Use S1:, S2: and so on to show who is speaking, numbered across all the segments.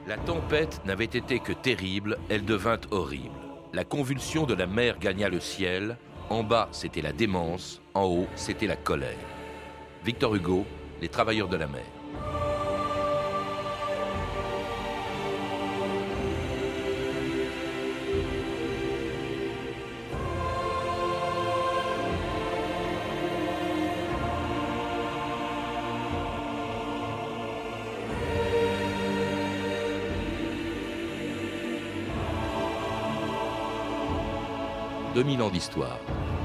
S1: La tempête n'avait été que terrible, elle devint horrible. La convulsion de la mer gagna le ciel. En bas, c'était la démence. En haut, c'était la colère. Victor Hugo, Les Travailleurs de la mer. « 2000 ans d'histoire.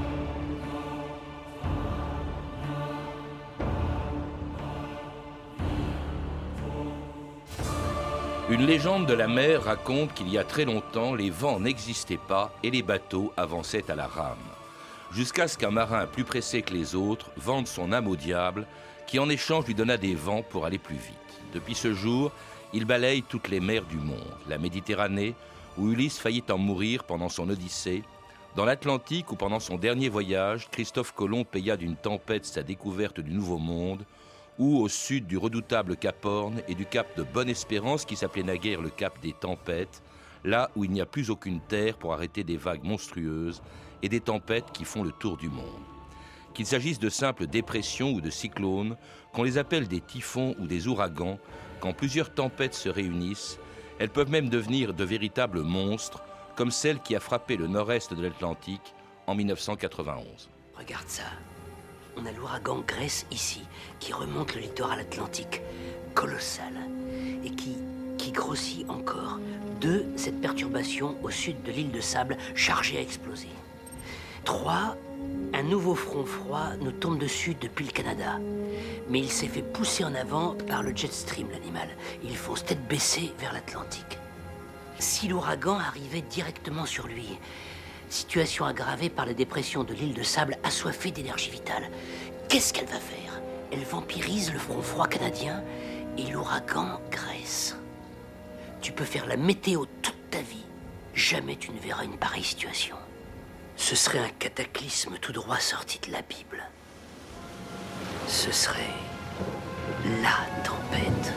S1: Une légende de la mer raconte qu'il y a très longtemps, les vents n'existaient pas et les bateaux avançaient à la rame. Jusqu'à ce qu'un marin plus pressé que les autres vende son âme au diable, qui en échange lui donna des vents pour aller plus vite. Depuis ce jour, il balaye toutes les mers du monde. La Méditerranée, où Ulysse faillit en mourir pendant son Odyssée. Dans l'Atlantique, où pendant son dernier voyage, Christophe Colomb paya d'une tempête sa découverte du Nouveau Monde, ou au sud du redoutable Cap Horn et du cap de Bonne-Espérance qui s'appelait naguère le cap des tempêtes, là où il n'y a plus aucune terre pour arrêter des vagues monstrueuses et des tempêtes qui font le tour du monde. Qu'il s'agisse de simples dépressions ou de cyclones, qu'on les appelle des typhons ou des ouragans, quand plusieurs tempêtes se réunissent, elles peuvent même devenir de véritables monstres, comme celle qui a frappé le nord-est de l'Atlantique en 1991.
S2: Regarde ça. On a l'ouragan Grace ici, qui remonte le littoral atlantique. Colossal. Et qui grossit encore. 2, cette perturbation au sud de l'île de Sable, chargée à exploser. 3, un nouveau front froid nous tombe dessus depuis le Canada. Mais il s'est fait pousser en avant par le jet stream, l'animal. Il fonce tête baissée vers l'Atlantique. Si l'ouragan arrivait directement sur lui, situation aggravée par la dépression de l'île de Sable assoiffée d'énergie vitale, qu'est-ce qu'elle va faire? Elle vampirise le front froid canadien et l'ouragan Grace. Tu peux faire la météo toute ta vie, jamais tu ne verras une pareille situation. Ce serait un cataclysme tout droit sorti de la Bible. Ce serait la tempête.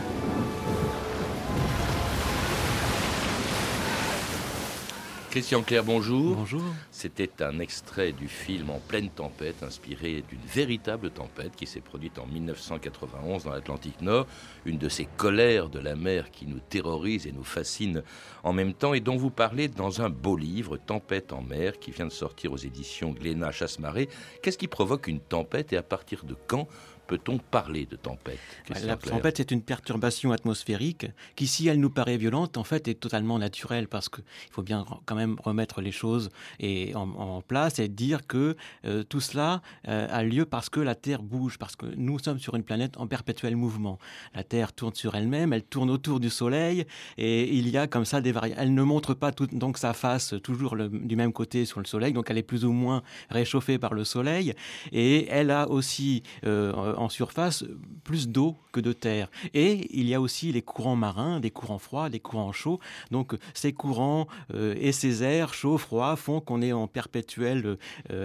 S1: Christian Clair, bonjour.
S3: Bonjour.
S1: C'était un extrait du film En pleine tempête, inspiré d'une véritable tempête qui s'est produite en 1991 dans l'Atlantique Nord, une de ces colères de la mer qui nous terrorise et nous fascine en même temps et dont vous parlez dans un beau livre, Tempête en mer, qui vient de sortir aux éditions Glénat Chasse-Marée. Qu'est-ce qui provoque une tempête et à partir de quand peut-on parler de tempête?
S3: La tempête, c'est une perturbation atmosphérique qui, si elle nous paraît violente, en fait, est totalement naturelle parce qu'il faut bien quand même remettre les choses en place et dire que tout cela a lieu parce que la Terre bouge, parce que nous sommes sur une planète en perpétuel mouvement. La Terre tourne sur elle-même, elle tourne autour du Soleil et il y a comme ça des variations. Elle ne montre pas donc sa face toujours du même côté sur le Soleil, donc elle est plus ou moins réchauffée par le Soleil et elle a aussi en surface plus d'eau que de terre. Et il y a aussi les courants marins, des courants froids, des courants chauds. Donc ces courants et ces airs chauds, froids font qu'on est en perpétuelle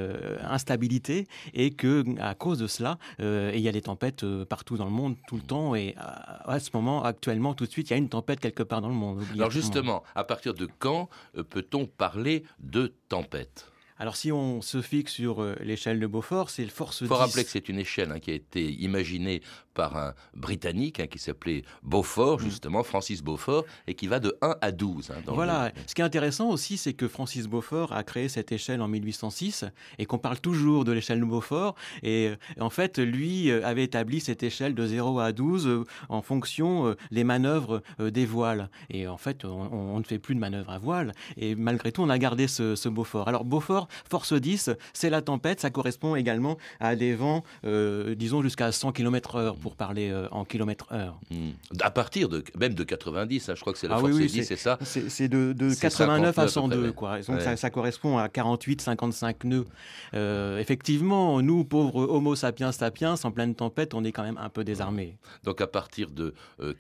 S3: instabilité et que à cause de cela, il y a des tempêtes partout dans le monde tout le temps. Et à ce moment, actuellement, tout de suite, il y a une tempête quelque part dans le monde.
S1: Alors justement, à partir de quand peut-on parler de tempête ?
S3: Alors si on se fixe sur l'échelle de Beaufort, c'est le force 10.
S1: Il faut rappeler que c'est une échelle qui a été imaginée par un Britannique qui s'appelait Beaufort, justement, Francis Beaufort, et qui va de 1 à 12.
S3: Voilà. Ce qui est intéressant aussi, c'est que Francis Beaufort a créé cette échelle en 1806 et qu'on parle toujours de l'échelle de Beaufort. Et en fait, lui avait établi cette échelle de 0 à 12 en fonction des manœuvres des voiles. Et en fait, on ne fait plus de manœuvres à voile. Et malgré tout, on a gardé ce Beaufort. Alors Beaufort, force 10, c'est la tempête. Ça correspond également à des vents, disons, jusqu'à 100 km/h pour parler en km/h.
S1: À partir même de 90, je crois que c'est la force 10, c'est ça?
S3: C'est de 89 à 102, quoi. Donc ça correspond à 48-55 nœuds. Effectivement, nous, pauvres Homo sapiens sapiens, en pleine tempête, on est quand même un peu désarmés.
S1: Donc à partir de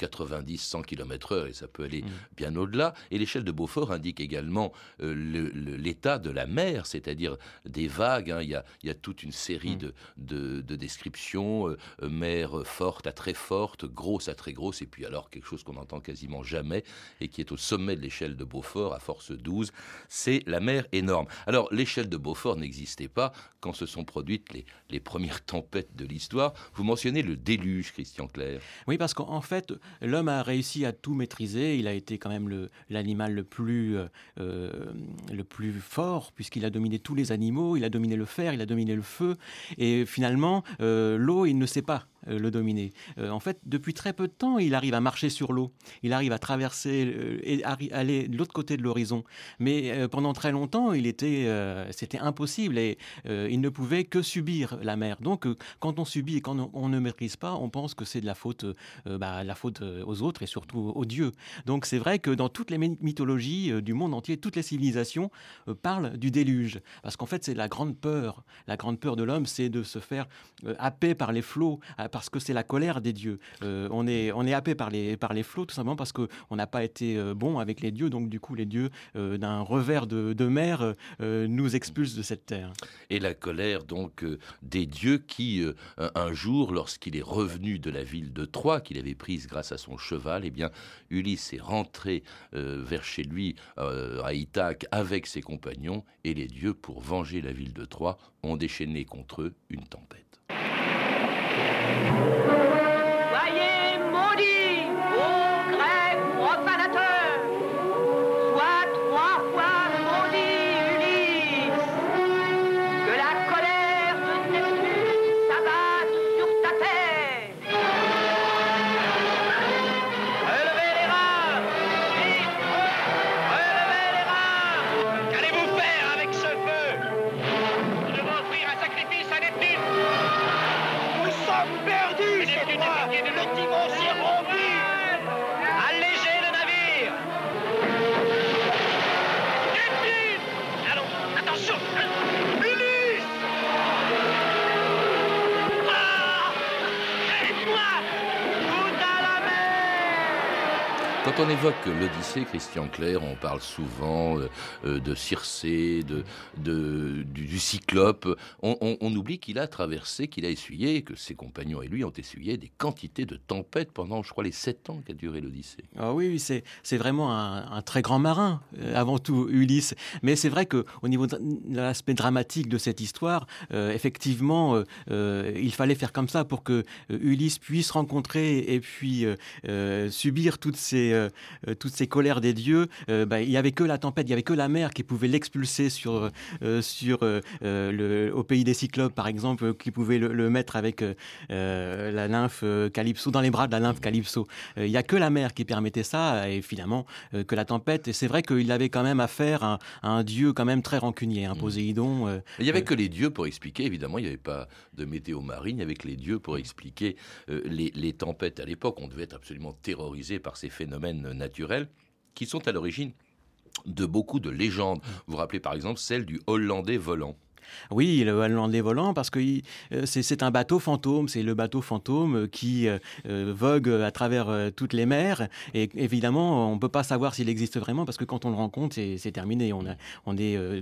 S1: 90-100 km/h, et ça peut aller bien au-delà. Et l'échelle de Beaufort indique également l'état de la mer, c'est-à-dire des vagues. Il y a toute une série de descriptions, mer forte à très forte, grosse à très grosse, et puis alors quelque chose qu'on n'entend quasiment jamais et qui est au sommet de l'échelle de Beaufort à force 12, c'est la mer énorme. Alors l'échelle de Beaufort n'existait pas quand se sont produites les premières tempêtes de l'histoire. Vous mentionnez le déluge, Christian Clair.
S3: Oui, parce qu'en fait, l'homme a réussi à tout maîtriser. Il a été quand même l'animal le plus fort, puisqu'il a dominé tous les animaux, il a dominé le fer, il a dominé le feu. Et finalement, l'eau, il ne sait pas le dominer. En fait, depuis très peu de temps, il arrive à marcher sur l'eau. Il arrive à traverser et aller de l'autre côté de l'horizon. Mais pendant très longtemps, c'était impossible et il ne pouvait que subir la mer. Donc, quand on subit et quand on ne maîtrise pas, on pense que c'est de la faute aux autres et surtout aux dieux. Donc, c'est vrai que dans toutes les mythologies du monde entier, toutes les civilisations parlent du déluge. Parce qu'en fait, c'est la grande peur. La grande peur de l'homme, c'est de se faire happer par les flots, parce que c'est la colère des dieux. On est happé par les flots, tout simplement parce qu'on n'a pas été bon avec les dieux. Donc, du coup, les dieux, d'un revers de mer, nous expulsent de cette terre.
S1: Et la colère, donc, des dieux qui, un jour, lorsqu'il est revenu de la ville de Troie, qu'il avait prise grâce à son cheval, eh bien, Ulysse est rentré vers chez lui, à Ithaque, avec ses compagnons, et les dieux, pour venger la ville de Troie, ont déchaîné contre eux une tempête.
S4: Soyez maudits, ô Grecs profanateurs, sois 3 fois maudit Ulysse, que la colère de Neptune s'abatte sur ta tête. Relevez les reins, vite, relevez les reins. Qu'allez-vous faire avec ce feu? Nous devons offrir un sacrifice à Neptune. Nous sommes perdus, c'est moi. Le timon s'est rompu. Allégez le navire. Neptune. Allons, attention. Ulysse. Ah, aide-moi. Tout à la mer.
S1: Quand on évoque l'Odyssée, Christian Clair, on parle souvent de Circé, du Cyclope. On oublie qu'il a traversé, qu'il a essuyé, que ses compagnons et lui ont essuyé des quantités de tempêtes pendant, je crois, les 7 ans qu'a duré l'Odyssée.
S3: Ah oui, c'est vraiment un très grand marin, avant tout Ulysse. Mais c'est vrai qu'au niveau de l'aspect dramatique de cette histoire, effectivement, il fallait faire comme ça pour que Ulysse puisse rencontrer et puis subir toutes ces colères des dieux. Il n'y avait que la tempête, il n'y avait que la mer qui pouvait l'expulser au pays des Cyclopes, par exemple, qui pouvait le mettre avec la nymphe Calypso, dans les bras de la nymphe Calypso. Il n'y a que la mer qui permettait ça, et finalement que la tempête. Et c'est vrai qu'il avait quand même affaire à un dieu quand même très rancunier, Poséidon.
S1: Il n'y avait que les dieux pour expliquer, évidemment, il n'y avait pas de météo marine, il y avait que les dieux pour expliquer les tempêtes. À l'époque, on devait être absolument terrorisé par ces phénomènes naturels qui sont à l'origine de beaucoup de légendes. Vous vous rappelez par exemple celle du Hollandais volant.
S3: Oui, le Hollandais volant, parce que c'est un bateau fantôme, c'est le bateau fantôme qui vogue à travers toutes les mers. Et évidemment, on ne peut pas savoir s'il existe vraiment, parce que quand on le rencontre, c'est terminé. On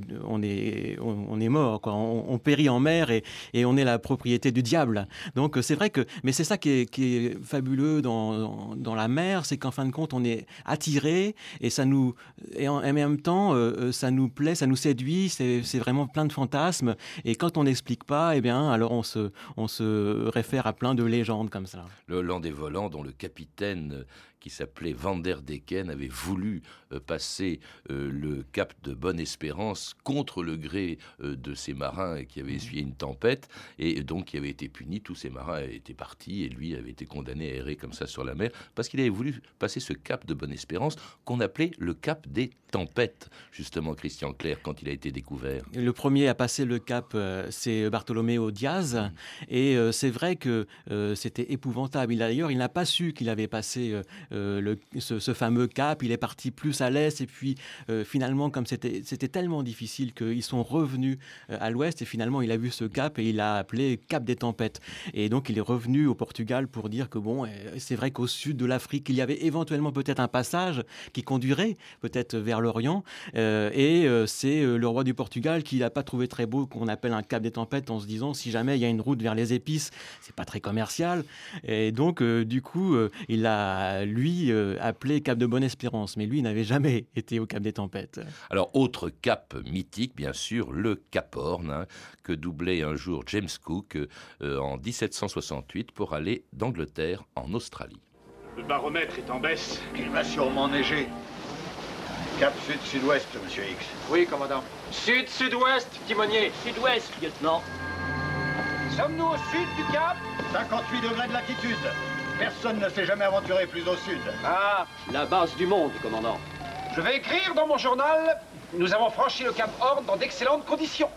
S3: est mort, quoi. On périt en mer et on est la propriété du diable. Donc c'est vrai que, mais c'est ça qui est fabuleux dans la mer, c'est qu'en fin de compte, on est attiré et en même temps, ça nous plaît, ça nous séduit. C'est vraiment plein de fantasmes. Et quand on n'explique pas, eh bien, alors on se réfère à plein de légendes comme ça.
S1: Le Hollandais volant, dont le capitaine qui s'appelait Van der Decken avait voulu passer le cap de Bonne-Espérance contre le gré de ces marins qui avaient essuyé une tempête et donc qui avaient été punis. Tous ces marins étaient partis et lui avait été condamné à errer comme ça sur la mer parce qu'il avait voulu passer ce cap de Bonne-Espérance qu'on appelait le cap des tempêtes, justement, Christian Clair, quand il a été découvert.
S3: Le premier à passer le cap, c'est Bartholoméo Diaz, et c'est vrai que c'était épouvantable. D'ailleurs, il n'a pas su qu'il avait passé ce fameux cap. Il est parti plus à l'est, et puis finalement, comme c'était tellement difficile qu'ils sont revenus à l'ouest, et finalement, il a vu ce cap et il l'a appelé Cap des Tempêtes. Et donc, il est revenu au Portugal pour dire que bon, c'est vrai qu'au sud de l'Afrique, il y avait éventuellement peut-être un passage qui conduirait peut-être vers l'Orient, et c'est le roi du Portugal qui l'a pas trouvé très beau qu'on appelle un cap des tempêtes en se disant si jamais il y a une route vers les épices, c'est pas très commercial. Et donc, du coup, il a, lui, appelé Cap de Bonne-Espérance. Mais lui, il n'avait jamais été au Cap des Tempêtes.
S1: Alors, autre cap mythique, bien sûr, le Cap Horn, hein, que doublait un jour James Cook en 1768 pour aller d'Angleterre en Australie.
S5: Le baromètre est en baisse.
S6: Il va sûrement neiger. Cap sud-sud-ouest, monsieur X.
S7: Oui, commandant. Sud-sud-ouest, timonier.
S2: Sud-ouest, lieutenant.
S7: Sommes-nous au sud du cap?
S6: 58 degrés de latitude. Personne ne s'est jamais aventuré plus au sud.
S7: Ah,
S2: La base du monde, commandant.
S7: je vais écrire dans mon journal. Nous avons franchi le cap Horn dans d'excellentes conditions.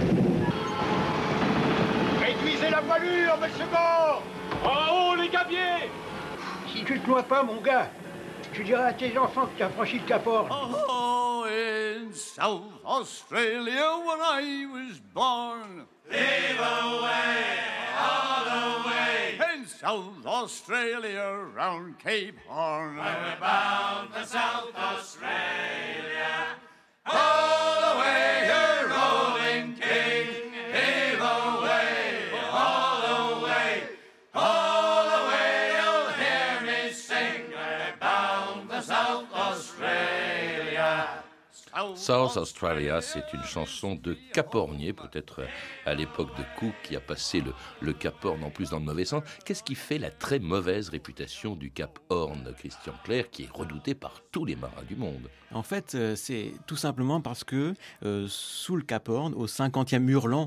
S6: Réduisez la voilure, monsieur Gore.
S5: En haut, les gabiers!
S8: Si tu te noies pas, mon gars, tu diras à tes enfants que tu as franchi le Cap Horn.
S9: Oh, in South Australia when I was born. Live away, all the way. In South Australia round Cape Horn. When we're bound for South Australia. All the way, your rolling king. Live away, all the way. All the way, you'll hear me sing. We're bound for South Australia.
S1: South Australia, c'est une chanson de Capornier, peut-être à l'époque de Cook, qui a passé le Cap Horn en plus dans le mauvais sens. Qu'est-ce qui fait la très mauvaise réputation du Cap Horn, Christian Clair, qui est redouté par tous les marins du monde?
S3: En fait, c'est tout simplement parce que sous le Cap Horn, au 50e hurlant,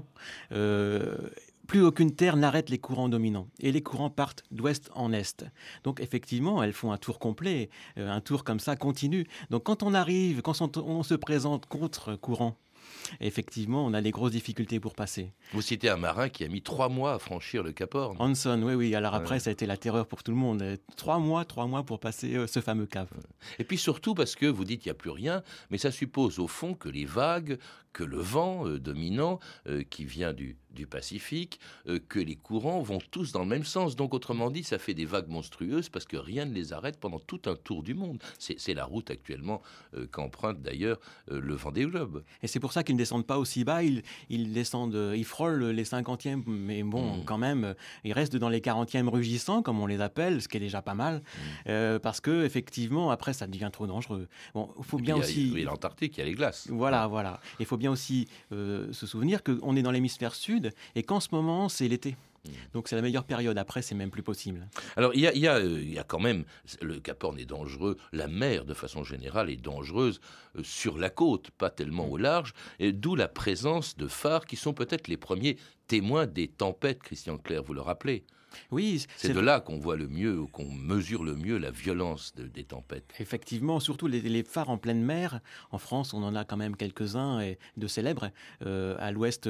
S3: plus aucune terre n'arrête les courants dominants. Et les courants partent d'ouest en est. Donc effectivement, elles font un tour complet, un tour comme ça continu. Donc quand on arrive, quand on se présente contre courant, effectivement, on a des grosses difficultés pour passer.
S1: Vous citez un marin qui a mis 3 mois à franchir le Cap Horn.
S3: Hanson, oui. Alors après,
S1: Ouais.
S3: ça a été la terreur pour tout le monde. 3 mois pour passer ce fameux cap.
S1: Et puis surtout parce que vous dites qu'il n'y a plus rien, mais ça suppose au fond que les vagues, que le vent dominant qui vient du Pacifique, que les courants vont tous dans le même sens. Donc autrement dit, ça fait des vagues monstrueuses parce que rien ne les arrête pendant tout un tour du monde. C'est la route actuellement qu'emprunte d'ailleurs le Vendée Globe.
S3: Et c'est pour ça qu'ils ne descendent pas aussi bas. Ils descendent, ils frôlent les 50e, mais bon, quand même, ils restent dans les 40e rugissants, comme on les appelle, ce qui est déjà pas mal, parce que effectivement, après, ça devient trop dangereux. Bon, il faut bien aussi.
S1: Il y a l'Antarctique, il y a les glaces.
S3: Voilà. Il faut bien aussi se souvenir qu'on est dans l'hémisphère sud et qu'en ce moment, c'est l'été. Donc c'est la meilleure période. Après, c'est même plus possible.
S1: Alors, il y a quand même... Le Cap Horn est dangereux. La mer, de façon générale, est dangereuse sur la côte, pas tellement au large. Et d'où la présence de phares qui sont peut-être les premiers témoins des tempêtes, Christian Clair, vous le rappelez.
S3: Oui,
S1: C'est de là qu'on voit le mieux, ou qu'on mesure le mieux la violence des tempêtes.
S3: Effectivement, surtout les phares en pleine mer. En France, on en a quand même quelques-uns et de célèbres. À l'ouest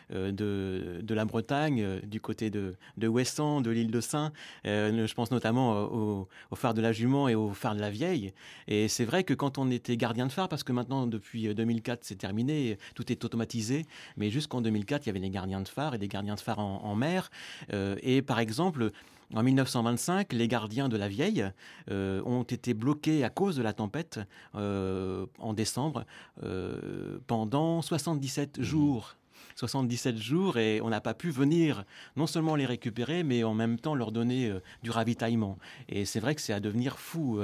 S3: de la Bretagne, du côté de Ouessant, de l'île de Sein. Je pense notamment au phare de la Jument et au phare de la Vieille. Et c'est vrai que quand on était gardien de phare, parce que maintenant, depuis 2004, c'est terminé, tout est automatisé. Mais jusqu'en 2004, il y avait des gardiens de phare et des gardiens de phare en mer. Et par exemple, en 1925, les gardiens de la Vieille ont été bloqués à cause de la tempête en décembre pendant 77 jours. 77 jours et on n'a pas pu venir non seulement les récupérer, mais en même temps leur donner du ravitaillement. Et c'est vrai que c'est à devenir fou.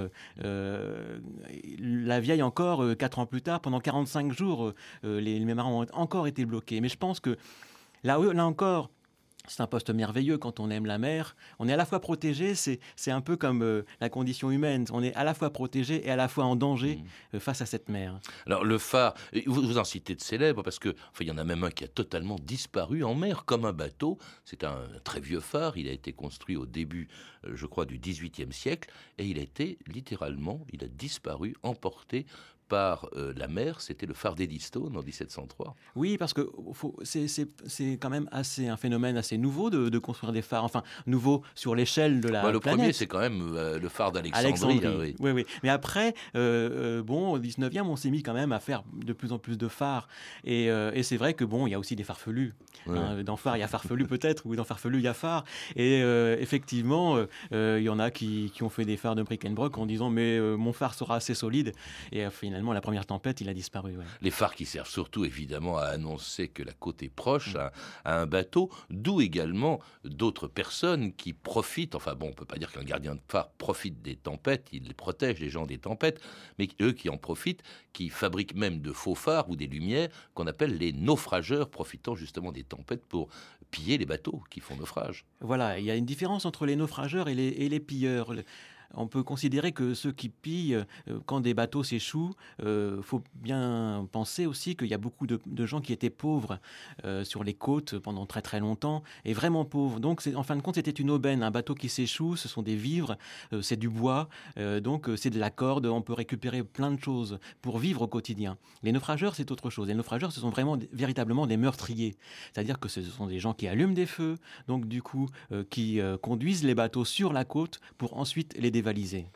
S3: La Vieille encore, 4 ans plus tard, pendant 45 jours, les marins ont encore été bloqués. Mais je pense que là encore, c'est un poste merveilleux quand on aime la mer. On est à la fois protégé, c'est un peu comme la condition humaine. On est à la fois protégé et à la fois en danger face à cette mer.
S1: Alors le phare, vous en citez de célèbres, parce que il y en a même un qui a totalement disparu en mer, comme un bateau. C'est un très vieux phare, il a été construit au début, je crois, du XVIIIe siècle, et il a disparu, emporté par la mer. C'était le phare d'Eddystone en 1703.
S3: Oui, parce que c'est quand même un phénomène assez nouveau de construire des phares. Enfin, nouveau sur l'échelle de la
S1: le
S3: planète.
S1: premier, c'est quand même le phare d'Alexandrie.
S3: Oui. Mais après, au 19e, on s'est mis quand même à faire de plus en plus de phares. Et c'est vrai que il y a aussi des farfelus. Ouais. Dans phare, il y a farfelu peut-être, ou dans farfelu, il y a phare. Et effectivement, il y en a qui ont fait des phares de bric-and-broc en disant mais mon phare sera assez solide. Et finalement, la première tempête, il a disparu. Ouais.
S1: Les phares qui servent surtout évidemment à annoncer que la côte est proche à un bateau, d'où également d'autres personnes qui profitent, enfin bon, on ne peut pas dire qu'un gardien de phare profite des tempêtes, il protège les gens des tempêtes, mais eux qui en profitent, qui fabriquent même de faux phares ou des lumières qu'on appelle les naufrageurs, profitant justement des tempêtes pour piller les bateaux qui font naufrage.
S3: Voilà, il y a une différence entre les naufrageurs et les pilleurs. On peut considérer que ceux qui pillent, quand des bateaux s'échouent, faut bien penser aussi qu'il y a beaucoup de gens qui étaient pauvres sur les côtes pendant très très longtemps, et vraiment pauvres. Donc en fin de compte, c'était une aubaine. Un bateau qui s'échoue, ce sont des vivres, c'est du bois, donc c'est de la corde, on peut récupérer plein de choses pour vivre au quotidien. Les naufrageurs, c'est autre chose. Les naufrageurs, ce sont vraiment véritablement des meurtriers. C'est-à-dire que ce sont des gens qui allument des feux, donc du coup, qui conduisent les bateaux sur la côte pour ensuite les dévaliser.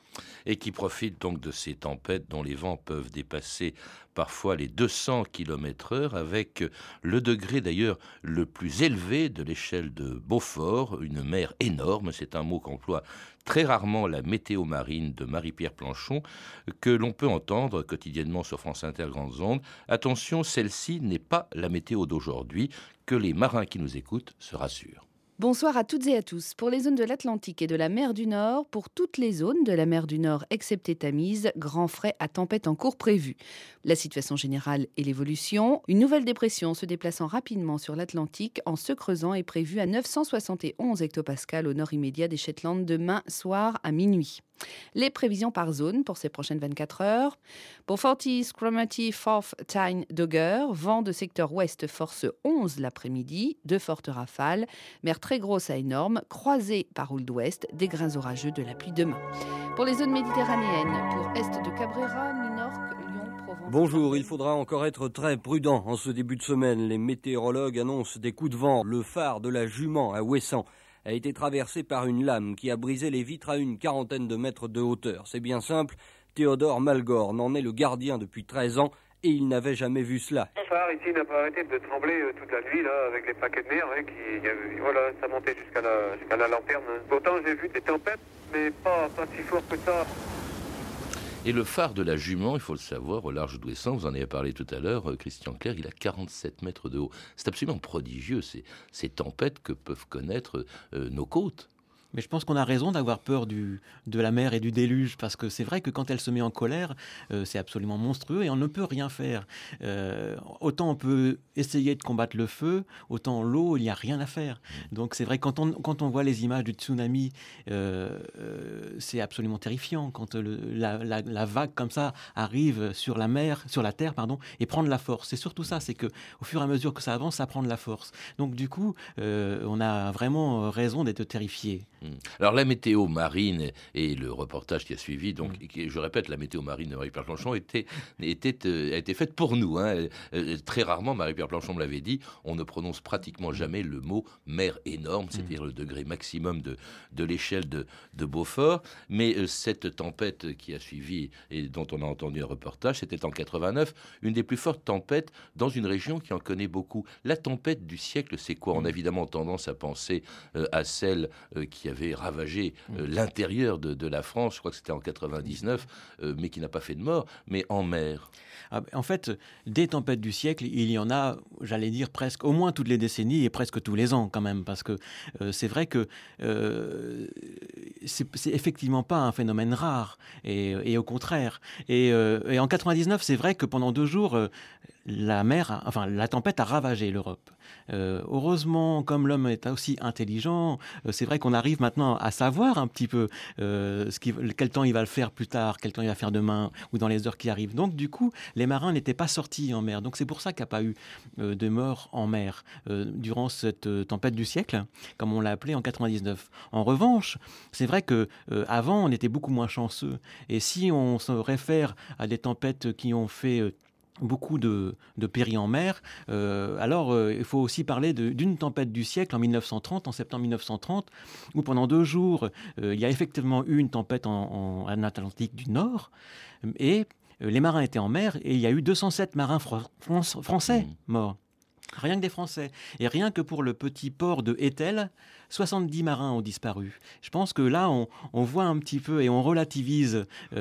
S1: Et qui profitent donc de ces tempêtes dont les vents peuvent dépasser parfois les 200 km/h, avec le degré d'ailleurs le plus élevé de l'échelle de Beaufort, une mer énorme. C'est un mot qu'emploie très rarement la météo marine de Marie-Pierre Planchon, que l'on peut entendre quotidiennement sur France Inter Grandes Ondes. Attention, celle-ci n'est pas la météo d'aujourd'hui, que les marins qui nous écoutent se rassurent.
S10: Bonsoir à toutes et à tous. Pour les zones de l'Atlantique et de la mer du Nord, pour toutes les zones de la mer du Nord excepté Tamise, grand frais à tempête en cours prévu. La situation générale et l'évolution. Une nouvelle dépression se déplaçant rapidement sur l'Atlantique en se creusant est prévue à 971 hectopascales au nord immédiat des Shetland demain soir à minuit. Les prévisions par zone pour ces prochaines 24 heures. Pour Forties, Cromarty, Forth, Tyne, Dogger, vent de secteur ouest force 11 l'après-midi, de fortes rafales, mer très grosse à énorme, croisée par houle d'ouest, des grains orageux, de la pluie demain. Pour les zones méditerranéennes, pour est de Cabrera, Minorque, Lyon, Provence...
S11: Bonjour, il faudra encore être très prudent en ce début de semaine. Les météorologues annoncent des coups de vent. Le phare de la Jument à Ouessant a été traversé par une lame qui a brisé les vitres à une quarantaine de mètres de hauteur. C'est bien simple, Théodore Malgorn en est le gardien depuis 13 ans et il n'avait jamais vu cela.
S12: Le phare ici n'a pas arrêté de trembler toute la nuit là, avec les paquets de mer, voilà, ça montait jusqu'à la lanterne. Pourtant j'ai vu des tempêtes, mais pas si fort que ça.
S1: Et le phare de la Jument, il faut le savoir, au large d'Ouessant, vous en avez parlé tout à l'heure, Christian Clair, il a 47 mètres de haut. C'est absolument prodigieux, ces tempêtes que peuvent connaître nos côtes.
S3: Mais je pense qu'on a raison d'avoir peur de la mer et du déluge, parce que c'est vrai que quand elle se met en colère, c'est absolument monstrueux et on ne peut rien faire. Autant on peut essayer de combattre le feu, autant l'eau, il n'y a rien à faire. Donc c'est vrai, quand on voit les images du tsunami, c'est absolument terrifiant. Quand la vague comme ça arrive sur la terre, et prend de la force. C'est surtout ça, c'est qu'au fur et à mesure que ça avance, ça prend de la force. Donc du coup, on a vraiment raison d'être terrifié.
S1: Alors la météo marine et le reportage qui a suivi, donc je répète, la météo marine de Marie-Pierre Planchon a été faite pour nous. Très rarement, Marie-Pierre Planchon me l'avait dit, on ne prononce pratiquement jamais le mot mer énorme, c'est-à-dire le degré maximum de l'échelle de Beaufort. Mais cette tempête qui a suivi et dont on a entendu un reportage, c'était en 89, une des plus fortes tempêtes dans une région qui en connaît beaucoup. La tempête du siècle, c'est quoi ? On a évidemment tendance à penser à celle qui avait ravagé l'intérieur de la France, je crois que c'était en 99, mais qui n'a pas fait de mort, mais en mer.
S3: En fait, des tempêtes du siècle, il y en a, j'allais dire, presque au moins toutes les décennies et presque tous les ans quand même, parce que c'est vrai que c'est effectivement pas un phénomène rare, et au contraire. Et en 99, c'est vrai que pendant 2 jours, la tempête a ravagé l'Europe. Heureusement, comme l'homme est aussi intelligent, c'est vrai qu'on arrive maintenant à savoir un petit peu quel temps il va le faire plus tard, quel temps il va faire demain ou dans les heures qui arrivent. Donc du coup, les marins n'étaient pas sortis en mer. Donc c'est pour ça qu'il n'y a pas eu de morts en mer durant cette tempête du siècle, comme on l'a appelé en 99. En revanche, c'est vrai que avant on était beaucoup moins chanceux. Et si on se réfère à des tempêtes qui ont fait beaucoup de péris en mer. Alors, il faut aussi parler d'une tempête du siècle en septembre 1930, où pendant 2 jours, il y a effectivement eu une tempête en Atlantique du Nord, et les marins étaient en mer, et il y a eu 207 marins français morts. Rien que des Français. Et rien que pour le petit port de Etel, 70 marins ont disparu. Je pense que là, on voit un petit peu et on relativise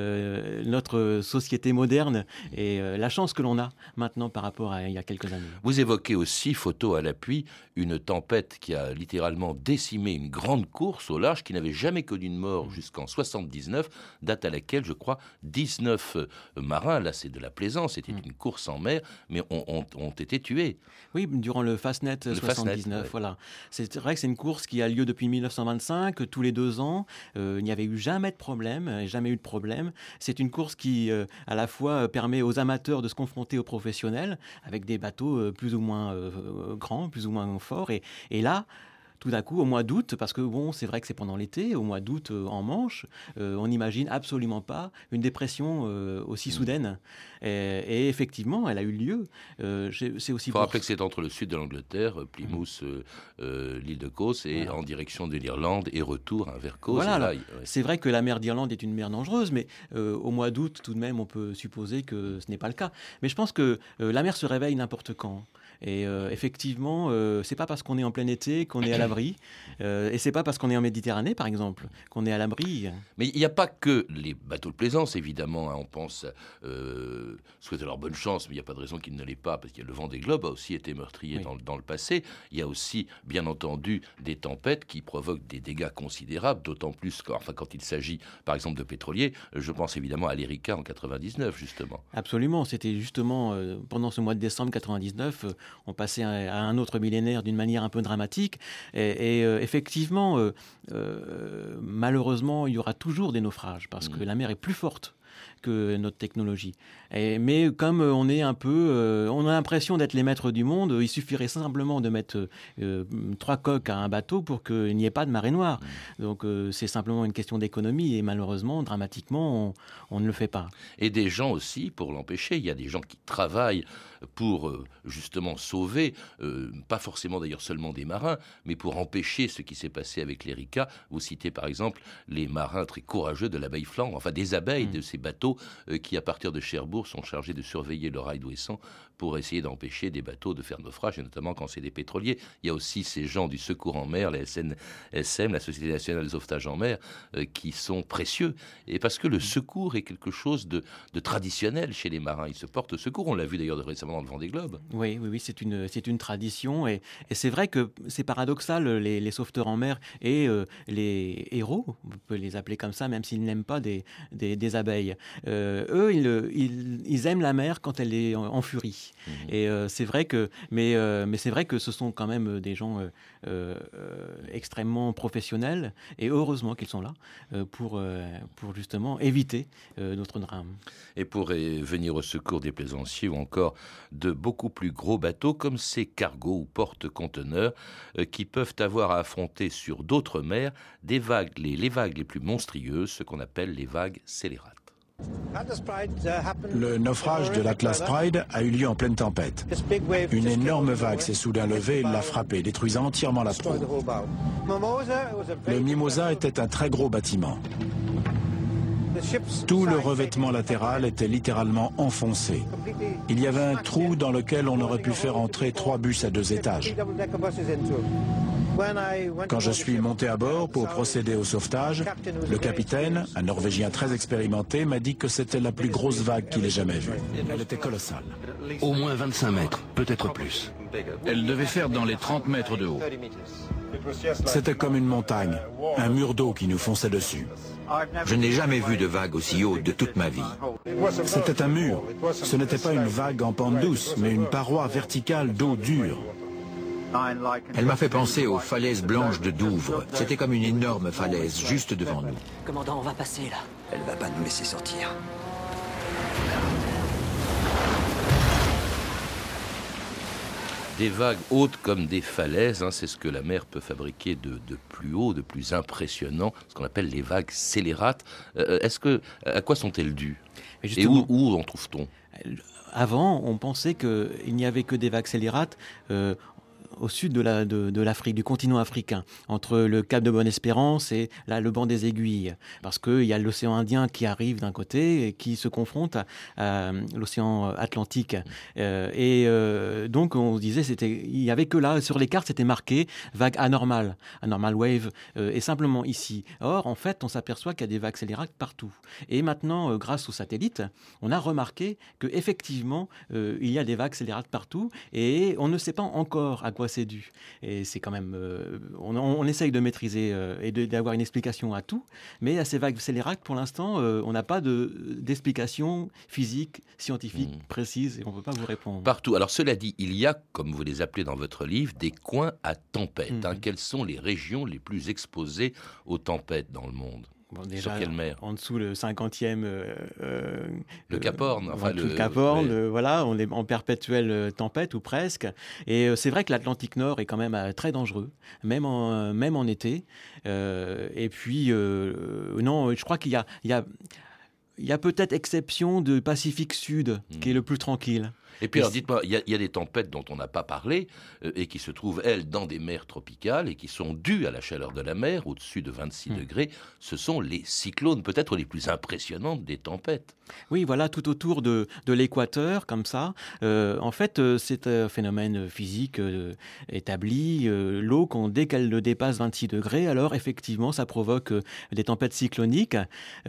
S3: notre société moderne et la chance que l'on a maintenant par rapport à il y a quelques années.
S1: Vous évoquez aussi, photo à l'appui, une tempête qui a littéralement décimé une grande course au large qui n'avait jamais connu de mort jusqu'en 79, date à laquelle, je crois, 19 marins, là c'est de la plaisance, c'était une course en mer, mais ont été tués.
S3: Oui, durant le Fastnet 79,
S1: ouais.
S3: voilà. C'est vrai que c'est une course qui a lieu depuis 1925, tous les 2 ans. Il n'y avait eu jamais de problème, jamais eu de problème. C'est une course qui, à la fois, permet aux amateurs de se confronter aux professionnels, avec des bateaux plus ou moins grands, plus ou moins forts. Et là, tout d'un coup, au mois d'août, parce que bon, c'est vrai que c'est pendant l'été, au mois d'août en Manche, on n'imagine absolument pas une dépression aussi soudaine. Et effectivement, elle a eu lieu. C'est aussi.
S1: Il faut rappeler que c'est entre le sud de l'Angleterre, Plymouth, l'île de Cos, et en direction de l'Irlande et retour vers Cos.
S3: Voilà, là, c'est vrai que la mer d'Irlande est une mer dangereuse, mais au mois d'août, tout de même, on peut supposer que ce n'est pas le cas. Mais je pense que la mer se réveille n'importe quand. Et effectivement, c'est pas parce qu'on est en plein été qu'on est à l'abri, et c'est pas parce qu'on est en Méditerranée, par exemple, qu'on est à l'abri.
S1: Mais il n'y a pas que les bateaux de plaisance, évidemment. On pense souhaiter leur bonne chance, mais il n'y a pas de raison qu'ils ne l'aient pas, parce que le Vendée Globe a aussi été meurtrier dans le passé. Il y a aussi, bien entendu, des tempêtes qui provoquent des dégâts considérables, d'autant plus quand il s'agit, par exemple, de pétroliers. Je pense évidemment à l'Erika en 99, justement.
S3: Absolument. C'était justement pendant ce mois de décembre 99. On passait à un autre millénaire d'une manière un peu dramatique. Et effectivement, malheureusement, il y aura toujours des naufrages parce que la mer est plus forte que notre technologie. Mais comme on est un peu... on a l'impression d'être les maîtres du monde, il suffirait simplement de mettre 3 coques à un bateau pour qu'il n'y ait pas de marée noire. Donc c'est simplement une question d'économie et malheureusement, dramatiquement, on ne le fait pas.
S1: Et des gens aussi pour l'empêcher. Il y a des gens qui travaillent pour justement sauver, pas forcément d'ailleurs seulement des marins, mais pour empêcher ce qui s'est passé avec l'Erika. Vous citez par exemple les marins très courageux de l'abeille Flandre, enfin des abeilles de ces bateaux qui à partir de Cherbourg sont chargés de surveiller le rail d'Ouessant pour essayer d'empêcher des bateaux de faire naufrage, et notamment quand c'est des pétroliers. Il y a aussi ces gens du secours en mer, la SNSM, la Société nationale de sauvetage en mer, qui sont précieux. Et parce que le secours est quelque chose de traditionnel chez les marins. Ils se portent secours. On l'a vu d'ailleurs récemment dans le Vendée Globe.
S3: Oui, c'est une tradition. Et c'est vrai que c'est paradoxal, les sauveteurs en mer et les héros, on peut les appeler comme ça, même s'ils n'aiment pas des abeilles. Eux, ils aiment la mer quand elle est en furie. Et c'est vrai que, mais c'est vrai que ce sont quand même des gens extrêmement professionnels, et heureusement qu'ils sont là pour justement éviter notre drame.
S1: Et pour venir au secours des plaisanciers ou encore de beaucoup plus gros bateaux comme ces cargos ou porte-conteneurs qui peuvent avoir à affronter sur d'autres mers des vagues, les vagues les plus monstrueuses, ce qu'on appelle les vagues scélérates.
S13: Le naufrage de l'Atlas Pride a eu lieu en pleine tempête. Une énorme vague s'est soudain levée et l'a frappé, détruisant entièrement la proue. Le Mimosa était un très gros bâtiment. Tout le revêtement latéral était littéralement enfoncé. Il y avait un trou dans lequel on aurait pu faire entrer 3 bus à 2 étages. Quand je suis monté à bord pour procéder au sauvetage, le capitaine, un Norvégien très expérimenté, m'a dit que c'était la plus grosse vague qu'il ait jamais vue. Elle était colossale.
S14: Au moins 25 mètres, peut-être plus. Elle devait faire dans les 30 mètres de haut.
S13: C'était comme une montagne, un mur d'eau qui nous fonçait dessus.
S14: Je n'ai jamais vu de vague aussi haute de toute ma vie.
S13: C'était un mur. Ce n'était pas une vague en pente douce, mais une paroi verticale d'eau dure.
S14: Elle m'a fait penser aux falaises blanches de Douvres. C'était comme une énorme falaise juste devant nous.
S2: Commandant, on va passer là.
S15: Elle va pas nous laisser sortir.
S1: Des vagues hautes comme des falaises, c'est ce que la mer peut fabriquer de plus haut, de plus impressionnant, ce qu'on appelle les vagues scélérates. À quoi sont-elles dues? Et où en trouve-t-on?
S3: Avant, on pensait qu'il n'y avait que des vagues scélérates au sud de l'Afrique, du continent africain, entre le Cap de Bonne-Espérance et là, le banc des Aiguilles, parce qu'il y a l'océan Indien qui arrive d'un côté et qui se confronte à l'océan Atlantique. Donc on se disait, il y avait que là, sur les cartes, c'était marqué vague anormale, anormal wave, et simplement ici. Or, en fait, on s'aperçoit qu'il y a des vagues scélérates partout. Et maintenant, grâce aux satellites, on a remarqué qu'effectivement, il y a des vagues scélérates partout, et on ne sait pas encore à quoi c'est dû. Et c'est quand même... on essaye de maîtriser et d'avoir une explication à tout, mais à ces vagues scélérates, pour l'instant, on n'a pas d'explication physique, scientifique, précise, et on ne peut pas vous répondre.
S1: Partout. Alors cela dit, il y a, comme vous les appelez dans votre livre, des coins à tempête. Quelles sont les régions les plus exposées aux tempêtes dans le monde?
S3: Bon, déjà,
S1: sur quelle mer?
S3: En dessous, le 50e...
S1: le Cap Horn.
S3: Enfin, le Cap Horn, voilà, on est en perpétuelle tempête, ou presque. Et c'est vrai que l'Atlantique Nord est quand même très dangereux, même en été. Et puis, non, je crois qu'il y a peut-être exception du Pacifique Sud, qui est le plus tranquille.
S1: Et puis alors dites-moi, il y a des tempêtes dont on n'a pas parlé et qui se trouvent, elles, dans des mers tropicales et qui sont dues à la chaleur de la mer, au-dessus de 26 degrés. Ce sont les cyclones, peut-être les plus impressionnantes des tempêtes.
S3: Oui, voilà, tout autour de l'équateur, comme ça. En fait, c'est un phénomène physique établi. L'eau, dès qu'elle dépasse 26 degrés, alors effectivement, ça provoque des tempêtes cycloniques.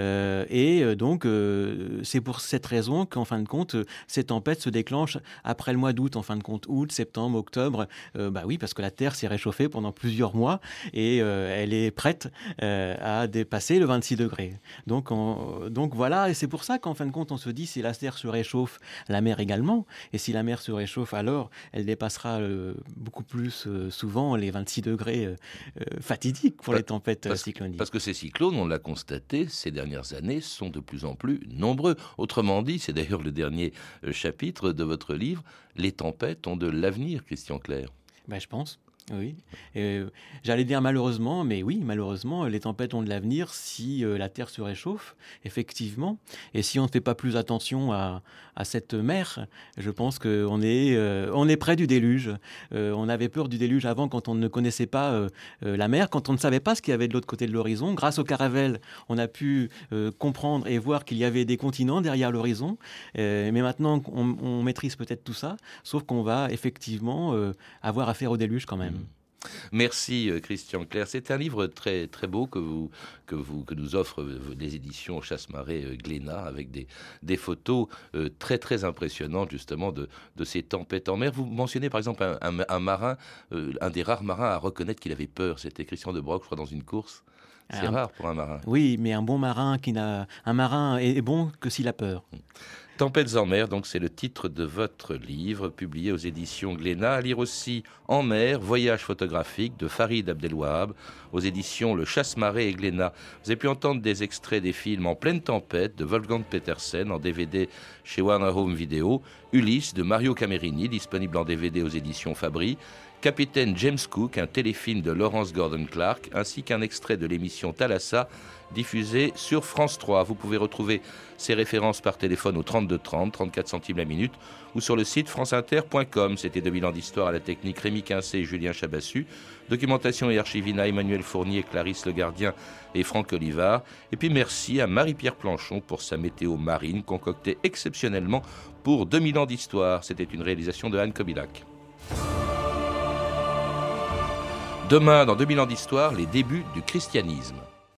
S3: Donc, c'est pour cette raison qu'en fin de compte, ces tempêtes se déclenchent après le mois d'août, en fin de compte, août, septembre, octobre. Oui, parce que la Terre s'est réchauffée pendant plusieurs mois et elle est prête à dépasser le 26 degrés. Donc voilà, et c'est pour ça qu'en fin de compte, on se dit, si la Terre se réchauffe, la mer également. Et si la mer se réchauffe, alors elle dépassera beaucoup plus souvent les 26 degrés fatidiques pour les tempêtes cycloniques.
S1: Parce que ces cyclones, on l'a constaté, ces dernières années, sont de plus en plus nombreux. Autrement dit, c'est d'ailleurs le dernier chapitre de votre livre, les tempêtes ont de l'avenir, Christian Clair.
S3: Je pense. Oui, j'allais dire malheureusement, mais oui, malheureusement, les tempêtes ont de l'avenir si la Terre se réchauffe, effectivement. Et si on ne fait pas plus attention à cette mer, je pense qu'on est près du déluge. On avait peur du déluge avant quand on ne connaissait pas la mer, quand on ne savait pas ce qu'il y avait de l'autre côté de l'horizon. Grâce au Caravelle, on a pu comprendre et voir qu'il y avait des continents derrière l'horizon. Mais maintenant, on maîtrise peut-être tout ça, sauf qu'on va effectivement avoir affaire au déluge quand même.
S1: Merci Christian Clair. C'est un livre très, très beau que nous offrent les éditions Chasse-Marée Glénat, avec des photos très, très impressionnantes justement de ces tempêtes en mer. Vous mentionnez par exemple un marin, un des rares marins à reconnaître qu'il avait peur. C'était Christian de Broc, je crois, dans une course. C'est rare pour un marin.
S3: Oui, mais un bon marin un marin est bon que s'il a peur.
S1: Tempêtes en mer, donc c'est le titre de votre livre, publié aux éditions Glénat. À lire aussi En mer, voyage photographique de Farid Abdelwahab, aux éditions Le Chasse-Marée et Glénat. Vous avez pu entendre des extraits des films En pleine tempête de Wolfgang Petersen, en DVD chez Warner Home Video, Ulysse de Mario Camerini, disponible en DVD aux éditions Fabry, Capitaine James Cook, un téléfilm de Lawrence Gordon Clark, ainsi qu'un extrait de l'émission Thalassa, diffusée sur France 3. Vous pouvez retrouver ces références par téléphone au 32 30, 34 centimes la minute, ou sur le site franceinter.com. C'était 2000 ans d'histoire, à la technique Rémi Quincé et Julien Chabassu, documentation et archivina Emmanuel Fournier, Clarisse Le Gardien et Franck Olivard. Et puis merci à Marie-Pierre Planchon pour sa météo marine, concoctée exceptionnellement pour 2000 ans d'histoire. C'était une réalisation de Anne Kobilac. Demain, dans 2000 ans d'histoire, les débuts du christianisme.